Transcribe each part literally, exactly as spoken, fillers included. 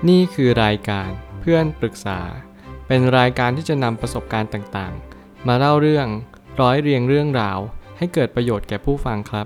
นี่คือรายการเพื่อนปรึกษาเป็นรายการที่จะนำประสบการณ์ต่างๆมาเล่าเรื่องร้อยเรียงเรื่องราวให้เกิดประโยชน์แก่ผู้ฟังครับ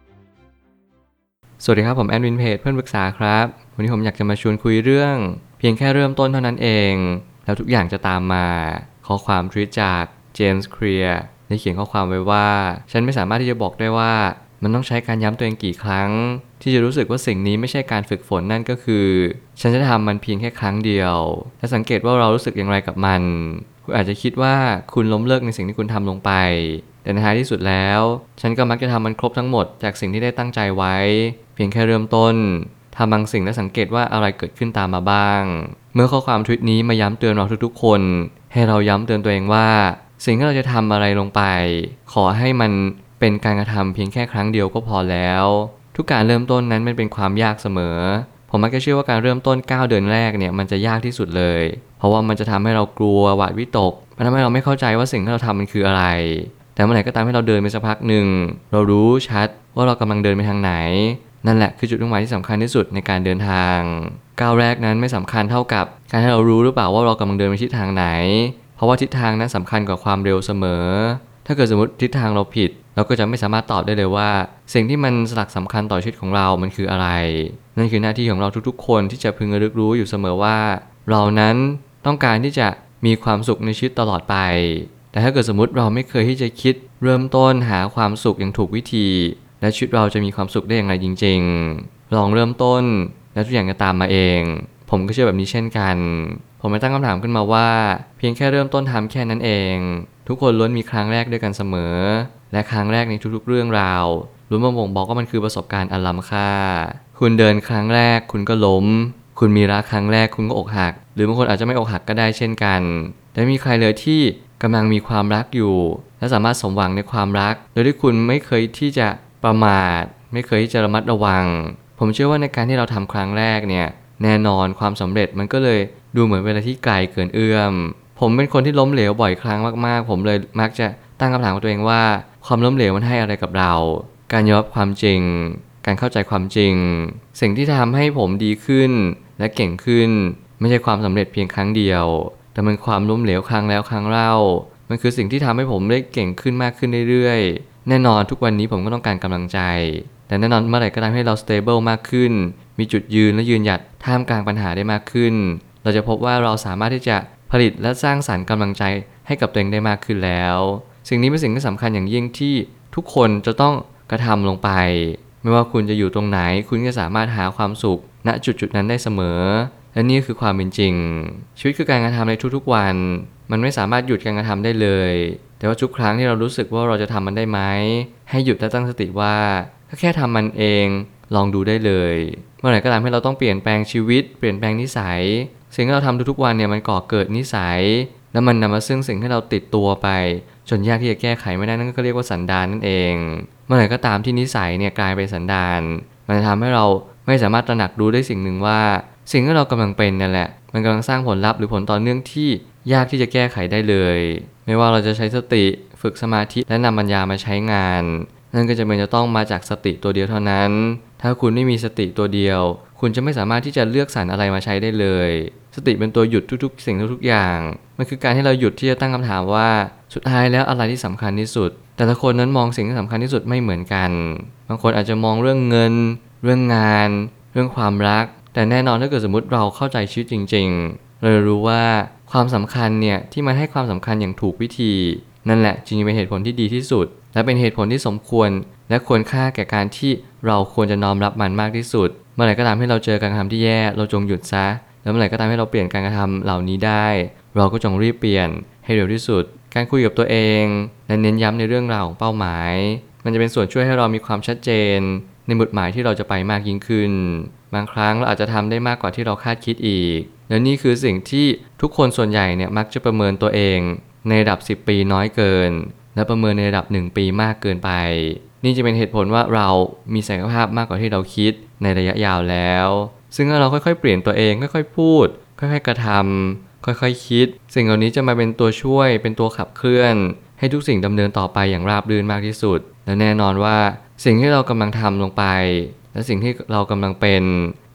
สวัสดีครับผมแอดมินเพจเพื่อนปรึกษาครับวันนี้ผมอยากจะมาชวนคุยเรื่องเพียงแค่เริ่มต้นเท่านั้นเองแล้วทุกอย่างจะตามมาข้อความทวีตจากเจมส์เคลียร์ได้เขียนข้อความไว้ว่าฉันไม่สามารถที่จะบอกได้ว่ามันต้องใช้การย้ำตัวเองกี่ครั้งที่จะรู้สึกว่าสิ่งนี้ไม่ใช่การฝึกฝนนั่นก็คือฉันจะทำมันเพียงแค่ครั้งเดียวและสังเกตว่าเรารู้สึกอย่างไรกับมันคุณอาจจะคิดว่าคุณล้มเลิกในสิ่งที่คุณทำลงไปแต่ในท้ายที่สุดแล้วฉันก็มักจะทำมันครบทั้งหมดจากสิ่งที่ได้ตั้งใจไว้เพียงแค่เริ่มต้นทำบางสิ่งและสังเกตว่าอะไรเกิดขึ้นตามมาบ้างเมื่อข้อความทวิตนี้มาย้ำเตือนเราทุกๆคนให้เราย้ำเตือนตัวเองว่าสิ่งที่เราจะทำอะไรลงไปขอให้มันเป็นการกระทำเพียงแค่ครั้งเดียวก็พอแล้วทุกการเริ่มต้นนั้นมันเป็นความยากเสมอผมมักจะเชื่อว่าการเริ่มต้นเก้าเดือนแรกเนี่ยมันจะยากที่สุดเลยเพราะว่ามันจะทำให้เรากลัวหวาดวิตกมันทำให้เราไม่เข้าใจว่าสิ่งที่เราทำมันคืออะไรแต่เมื่อไหร่ก็ตามที่เราเดินไปสักพักหนึ่งเรารู้ชัดว่าเรากำลังเดินไปทางไหนนั่นแหละคือจุดมุ่งหมายที่สำคัญที่สุดในการเดินทางก้าวแรกนั้นไม่สำคัญเท่ากับการให้เรารู้หรือเปล่าว่าเรากำลังเดินไปทิศทางไหนเพราะว่าทิศทางนั้นสำคัญกว่าความเร็วเสมอถ้าเกิดสมมติทิศทางเราผิดเราก็จะไม่สามารถตอบได้เลยว่าสิ่งที่มันสลักสำคัญต่อชีวิตของเรามันคืออะไรนั่นคือหน้าที่ของเราทุกๆคนที่จะพึงระลึกรู้อยู่เสมอว่าเรานั้นต้องการที่จะมีความสุขในชีวิตตลอดไปแต่ถ้าเกิดสมมติเราไม่เคยที่จะคิดเริ่มต้นหาความสุขอย่างถูกวิธีและชีวิตเราจะมีความสุขได้อย่างไรจริงๆลองเริ่มต้นแล้วทุกอย่างจะตามมาเองผมก็เชื่อแบบนี้เช่นกันผมไม่ตั้งคำถามขึ้นมาว่าเพียงแค่เริ่มต้นทำแค่นั้นเองทุกคนล้วนมีครั้งแรกด้วยกันเสมอและครั้งแรกในทุกๆเรื่องราวล้วนมาบ่งบอกว่ามันคือประสบการณ์อันล้ำค่าคุณเดินครั้งแรกคุณก็ล้มคุณมีรักครั้งแรกคุณก็อกหักหรือบางคนอาจจะไม่อกหักก็ได้เช่นกันแต่ไม่มีใครเลยที่กำลังมีความรักอยู่และสามารถสมหวังในความรักโดยที่คุณไม่เคยที่จะประมาทไม่เคยที่จะระมัดระวังผมเชื่อว่าในการที่เราทำครั้งแรกเนี่ยแน่นอนความสำเร็จมันก็เลยดูเหมือนเวลาที่ไกลเกินเอื้อมผมเป็นคนที่ล้มเหลวบ่อยครั้งมากๆผมเลยมักจะตั้งคำถามกับตัวเองว่าความล้มเหลวมันให้อะไรกับเราการยอมรับความจริงการเข้าใจความจริงสิ่งที่ทำให้ผมดีขึ้นและเก่งขึ้นไม่ใช่ความสำเร็จเพียงครั้งเดียวแต่มันความล้มเหลวครั้งแล้วครั้งเล่ามันคือสิ่งที่ทำให้ผมได้เก่งขึ้นมากขึ้นเรื่อยๆแน่นอนทุกวันนี้ผมก็ต้องการกำลังใจแต่แน่นอนเมื่อไหร่ก็ตามให้เรา stable มากขึ้นมีจุดยืนและยืนหยัดท่ามกลางปัญหาได้มากขึ้นเราจะพบว่าเราสามารถที่จะผลิตและสร้างสรรค์กำลังใจให้กับตัวเองได้มากขึ้นแล้วสิ่งนี้เป็นสิ่งที่สำคัญอย่างยิ่งที่ทุกคนจะต้องกระทำลงไปไม่ว่าคุณจะอยู่ตรงไหนคุณก็สามารถหาความสุขณจุดจุดนั้นได้เสมอและนี่คือความเป็นจริงชีวิตคือการกระทำในทุกๆวันมันไม่สามารถหยุดการกระทำได้เลยแต่ว่าทุกครั้งที่เรารู้สึกว่าเราจะทำมันได้ไหมให้หยุดและตั้งสติว่าถ้าแค่ทำมันเองลองดูได้เลยเมื่อไหร่ก็ตามให้เราต้องเปลี่ยนแปลงชีวิตเปลี่ยนแปลงนิสัยสิ่งที่เราทำทุกๆวันเนี่ยมันก่อเกิดนิสัยแล้วมันนำมาซึ่งสิ่งที่เราติดตัวไปจนยากที่จะแก้ไขไม่ได้นั่นก็เรียกว่าสันดานนั่นเองเมื่อไหร่ก็ตามที่นิสัยเนี่ยกลายเป็นสันดานมันจะทำให้เราไม่สามารถตระหนักรู้ได้สิ่งหนึ่งว่าสิ่งที่เรากำลังเป็นนั่นแหละมันกำลังสร้างผลลัพธ์หรือผลต่อเนื่องที่ยากที่จะแก้ไขได้เลยไม่ว่าเราจะใช้สติฝึกสมาธิและนำปัญญามาใช้งานนั่นก็จะเป็นจะต้องมาจากสติตัวเดียวเท่านั้นถ้าคุณไม่มีสติตัวเดียวคุณจะไม่สามารถที่จะเลือกสรรอะไรมาใช้ได้เลยสติเป็นตัวหยุดทุกๆสิ่งทุกๆอย่างมันคือการที่เราหยุดที่จะตั้งคำถามว่าสุดท้ายแล้วอะไรที่สำคัญที่สุดแต่ละคนนั้นมองสิ่งที่สำคัญที่สุดไม่เหมือนกันบางคนอาจจะมองเรื่องเงินเรื่องงานเรื่องความรักแต่แน่นอนถ้าเกิดสมมติเราเข้าใจชีวิตจริงๆเรารู้ว่าความสำคัญเนี่ยที่มันให้ความสำคัญอย่างถูกวิธีนั่นแหละจริงๆเป็นเหตุผลที่ดีที่สุดและเป็นเหตุผลที่สมควรและควรค่าแก่การที่เราควรจะน้อมรับมันมากที่สุดเมื่อไหร่ก็ตามให้เราเจอการกระทำที่แย่เราจงหยุดซะแล้วเมื่อไหร่ก็ตามให้เราเปลี่ยนการกระทำเหล่านี้ได้เราก็จงรีบเปลี่ยนให้เร็วที่สุดการคุยกับตัวเองและเน้นย้ำในเรื่องราวของเป้าหมายมันจะเป็นส่วนช่วยให้เรามีความชัดเจนในหมุดหมายที่เราจะไปมากยิ่งขึ้นบางครั้งเราอาจจะทำได้มากกว่าที่เราคาดคิดอีกและนี่คือสิ่งที่ทุกคนส่วนใหญ่เนี่ยมักจะประเมินตัวเองในระดับสิบปีน้อยเกินและประเมินในระดับหนึ่งปีมากเกินไปนี่จะเป็นเหตุผลว่าเรามีศักยภาพมากกว่าที่เราคิดในระยะยาวแล้วซึ่งถ้าเราค่อยๆเปลี่ยนตัวเองค่อยๆพูดค่อยๆกระทำค่อยๆ ค, คิดสิ่งเหล่านี้จะมาเป็นตัวช่วยเป็นตัวขับเคลื่อนให้ทุกสิ่งดำเนินต่อไปอย่างราบรื่นมากที่สุดและแน่นอนว่าสิ่งที่เรากำลังทำลงไปและสิ่งที่เรากำลังเป็น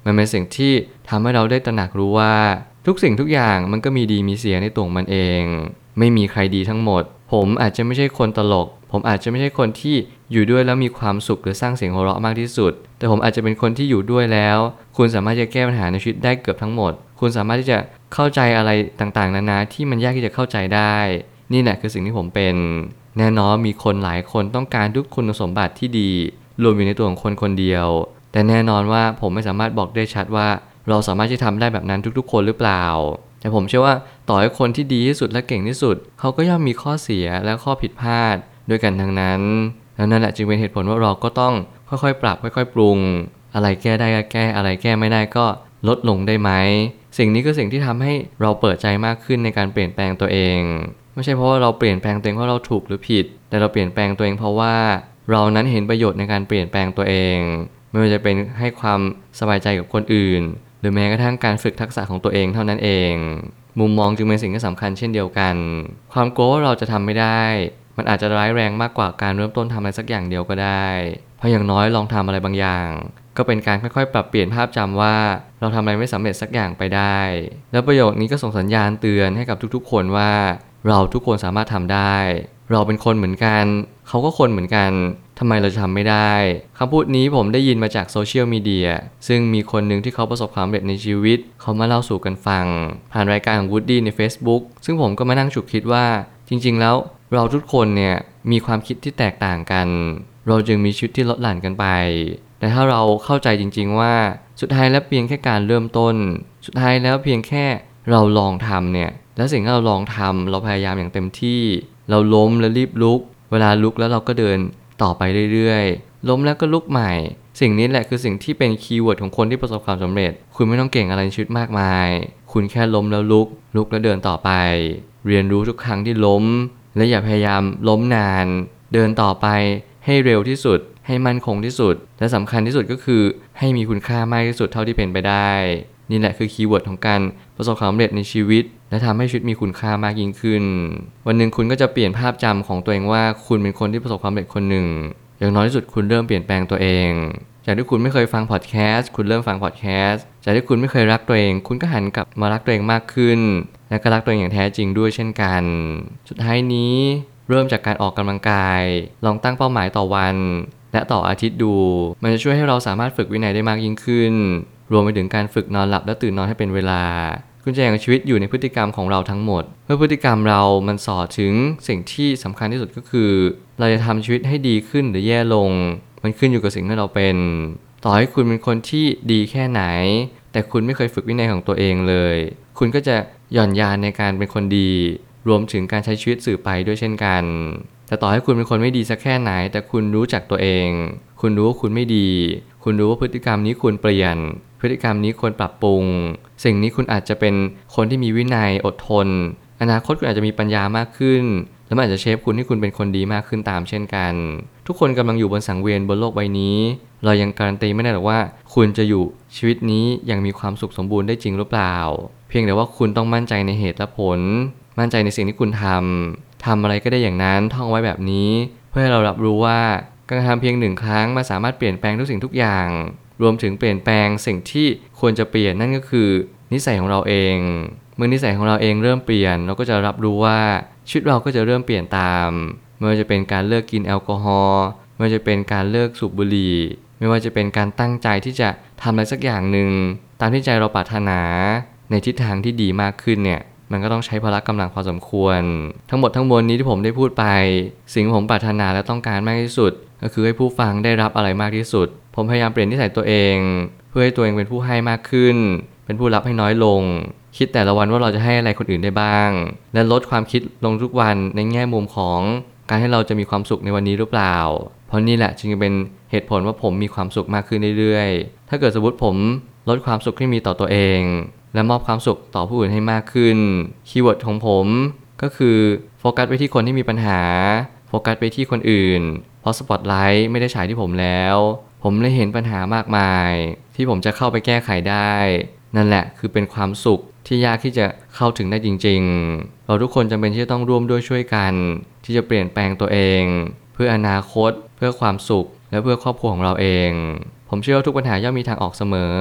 มันเป็นสิ่งที่ทำให้เราได้ตระหนักรู้ว่าทุกสิ่งทุกอย่างมันก็มีดีมีเสียในตัวของมันเองไม่มีใครดีทั้งหมดผมอาจจะไม่ใช่คนตลกผมอาจจะไม่ใช่คนที่อยู่ด้วยแล้วมีความสุขหรือสร้างเสียงหัวเราะมากที่สุดแต่ผมอาจจะเป็นคนที่อยู่ด้วยแล้วคุณสามารถจะแก้ปัญหาในชีวิตได้เกือบทั้งหมดคุณสามารถที่จะเข้าใจอะไรต่างๆนานาที่มันยากที่จะเข้าใจได้นี่แหละคือสิ่งที่ผมเป็นแน่นอนมีคนหลายคนต้องการทุกคุณสมบัติที่ดีรวมอยู่ในตัวของคนคนเดียวแต่แน่นอนว่าผมไม่สามารถบอกได้ชัดว่าเราสามารถที่ทำได้แบบนั้นทุกๆคนหรือเปล่าแต่ผมเชื่อว่าต่อให้คนที่ดีที่สุดและเก่งที่สุดเขาก็ย่อมมีข้อเสียและข้อผิดพลาดด้วยกันทั้งนั้นแล้วนั่นแหละจึงเป็นเหตุผลว่าเราก็ต้องค่อยๆปรับค่อยๆปรุงอะไรแก้ได้ก็แก้อะไรแก้ไม่ได้ก็ลดลงได้ไหมสิ่งนี้คือสิ่งที่ทำให้เราเปิดใจมากขึ้นในการเปลี่ยนแปลงตัวเองไม่ใช่เพราะว่าเราเปลี่ยนแปลงตัวเองเพราะเราถูกหรือผิดแต่เราเปลี่ยนแปลงตัวเองเพราะว่าเรานั้นเห็นประโยชน์ในการเปลี่ยนแปลงตัวเองไม่ว่าจะเป็นให้ความสบายใจกับคนอื่นหรือแม้กระทั่งการฝึกทักษะของตัวเองเท่านั้นเองมุมมองจึงเป็นสิ่งที่สำคัญเช่นเดียวกันความกลัวว่าเราจะทำไม่ได้มันอาจจะร้ายแรงมากกว่าการเริ่มต้นทำอะไรสักอย่างเดียวก็ได้เพราะอย่างน้อยลองทำอะไรบางอย่างก็เป็นการค่อยๆปรับเปลี่ยนภาพจำว่าเราทำอะไรไม่สำเร็จสักอย่างไปได้แล้วประโยคนี้ก็ส่งสัญญาณเตือนให้กับทุกๆคนว่าเราทุกคนสามารถทำได้เราเป็นคนเหมือนกันเขาก็คนเหมือนกันทำไมเราจะทำไม่ได้คำพูดนี้ผมได้ยินมาจากโซเชียลมีเดียซึ่งมีคนหนึ่งที่เขาประสบความสำเร็จในชีวิตเขามาเล่าสู่กันฟังผ่านรายการของ Woody ใน Facebook ซึ่งผมก็มานั่งฉุกคิดว่าจริงๆแล้วเราทุกคนเนี่ยมีความคิดที่แตกต่างกันเราจึงมีชีวิตที่ลดหลั่นกันไปแต่ถ้าเราเข้าใจจริงๆว่าสุดท้ายแล้วเพียงแค่การเริ่มต้นสุดท้ายแล้วเพียงแค่เราลองทำเนี่ยแล้วสิ่งที่เราลองทำเราพยายามอย่างเต็มที่เราล้มแล้วรีบลุกเวลาลุกแล้วเราก็เดินต่อไปเรื่อยๆล้มแล้วก็ลุกใหม่สิ่งนี้แหละคือสิ่งที่เป็นคีย์เวิร์ดของคนที่ประสบความสำเร็จคุณไม่ต้องเก่งอะไรในชีวิตมากมายคุณแค่ล้มแล้วลุกลุกแล้วเดินต่อไปเรียนรู้ทุกครั้งที่ล้มและอย่าพยายามล้มนานเดินต่อไปให้เร็วที่สุดให้มั่นคงที่สุดและสำคัญที่สุดก็คือให้มีคุณค่ามากที่สุดเท่าที่เป็นไปได้นี่แหละคือคีย์เวิร์ดของการประสบความสำเร็จในชีวิตและทำให้ชีวิตมีคุณค่ามากยิ่งขึ้นวันหนึ่งคุณก็จะเปลี่ยนภาพจำของตัวเองว่าคุณเป็นคนที่ประสบความสำเร็จคนหนึ่งอย่างน้อยที่สุดคุณเริ่มเปลี่ยนแปลงตัวเองจากที่คุณไม่เคยฟังพอดแคสต์คุณเริ่มฟังพอดแคสต์จากที่คุณไม่เคยรักตัวเองคุณก็หันกลับมารักตัวเองมากขึ้นและก็รักตัวเองอย่างแท้จริงด้วยเช่นกันสุดท้ายนี้เริ่มจากการออกกำลังกายลองตั้งเป้าหมายต่อวันและต่ออาทิตย์ดูมันจะช่วยให้เราสามารถฝึกวินัยได้มากยิ่งขึ้นรวมไปถึงการฝึกนอนหลับและตื่นนอนให้เป็นเวลากุญแจของชีวิตอยู่ในพฤติกรรมของเราทั้งหมดเมื่อพฤติกรรมเรามันสอดถึงสิ่งที่สำคัญที่สุดก็คือเราจะทำชีวิตให้ดีขึ้นหรือแย่ลงมันขึ้นอยู่กับสิ่งที่เราเป็นต่อให้คุณเป็นคนที่ดีแค่ไหนแต่คุณไม่เคยฝึกวินัยของตัวเองเลยคุณก็จะหย่อนยานในการเป็นคนดีรวมถึงการใช้ชีวิตสื่อไปด้วยเช่นกันแต่ต่อให้คุณเป็นคนไม่ดีสักแค่ไหนแต่คุณรู้จักตัวเองคุณรู้ว่าคุณไม่ดีคุณรู้ว่าพฤติกรรมนี้ควรเปลี่ยนพฤติกรรมนี้ควรปรับปรุงสิ่งนี้คุณอาจจะเป็นคนที่มีวินัยอดทนอนาคตคุณอาจจะมีปัญญามากขึ้นและมันอาจจะเชฟคุณให้คุณเป็นคนดีมากขึ้นตามเช่นกันทุกคนกำลังอยู่บนสังเวียนบนโลกใบนี้เรายังการันตีไม่ได้หรอกว่าคุณจะอยู่ชีวิตนี้อย่างมีความสุขสมบูรณ์ได้จริงหรือเปล่าเพียงแต่ว่าคุณต้องมั่นใจในเหตุและผลมั่นใจในสิ่งที่คุณทำทำอะไรก็ได้อย่างนั้นท่องไว้แบบนี้เพื่อให้เรารับรู้ว่าการทำเพียงหนึ่งครั้งมันสามารถเปลี่ยนแปลงทุกสิ่งทุกอย่างรวมถึงเปลี่ยนแปลงสิ่งที่ควรจะเปลี่ยนนั่นก็คือนิสัยของเราเองเมื่อนิสัยของเราเองเริ่มเปลี่ยนเราก็จะรับรู้ว่าชีวิตเราก็จะเริ่มเปลี่ยนตามไม่ว่าจะเป็นการเลิกกินแอลกอฮอล์ไม่ว่าจะเป็นการเลิกสูบบุหรี่ไม่ว่าจะเป็นการตั้งใจที่จะทำอะไรสักอย่างหนึ่งตามที่ใจเราปรารถนาในทิศทางที่ดีมากขึ้นเนี่ยมันก็ต้องใช้พละกำลังพอสมควรทั้งหมดทั้งมวลนี้ที่ผมได้พูดไปสิ่งที่ผมปรารถนาและต้องการมากที่สุดก็คือให้ผู้ฟังได้รับอะไรมากที่สุดผมพยายามเปลี่ยนนิสัยตัวเองเพื่อให้ตัวเองเป็นผู้ให้มากขึ้นเป็นผู้รับให้น้อยลงคิดแต่ละวันว่าเราจะให้อะไรคนอื่นได้บ้างและลดความคิดลงทุกวันในแง่มุมของการให้เราจะมีความสุขในวันนี้หรือเปล่าเพราะนี่แหละจึงเป็นเหตุผลว่าผมมีความสุขมากขึ้นเรื่อยๆถ้าเกิดสมมติผมลดความสุขที่มีต่อตัวเองและมอบความสุขต่อผู้อื่นให้มากขึ้นคีย์เวิร์ดของผมก็คือโฟกัสไปที่คนที่มีปัญหาโฟกัสไปที่คนอื่นเพราะสปอตไลท์ไม่ได้ฉายที่ผมแล้วผมเลยเห็นปัญหามากมายที่ผมจะเข้าไปแก้ไขได้นั่นแหละคือเป็นความสุขที่ยากที่จะเข้าถึงได้จริงๆเราทุกคนจำเป็นที่จะต้องร่วมด้วยช่วยกันที่จะเปลี่ยนแปลงตัวเองเพื่ออนาคตเพื่อความสุขและเพื่อครอบครัวของเราเองผมเชื่อว่าทุกปัญหาย่อมมีทางออกเสมอ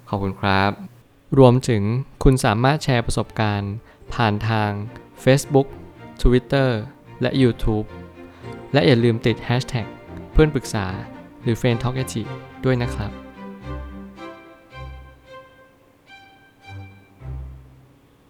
ขอบคุณครับรวมถึงคุณสามารถแชร์ประสบการณ์ผ่านทาง Facebook Twitter และ YouTube และอย่าลืมติด แฮชแท็ก เพื่อนปรึกษาหรือ เฟรนด์ ทอล์ก ด้วยนะครับ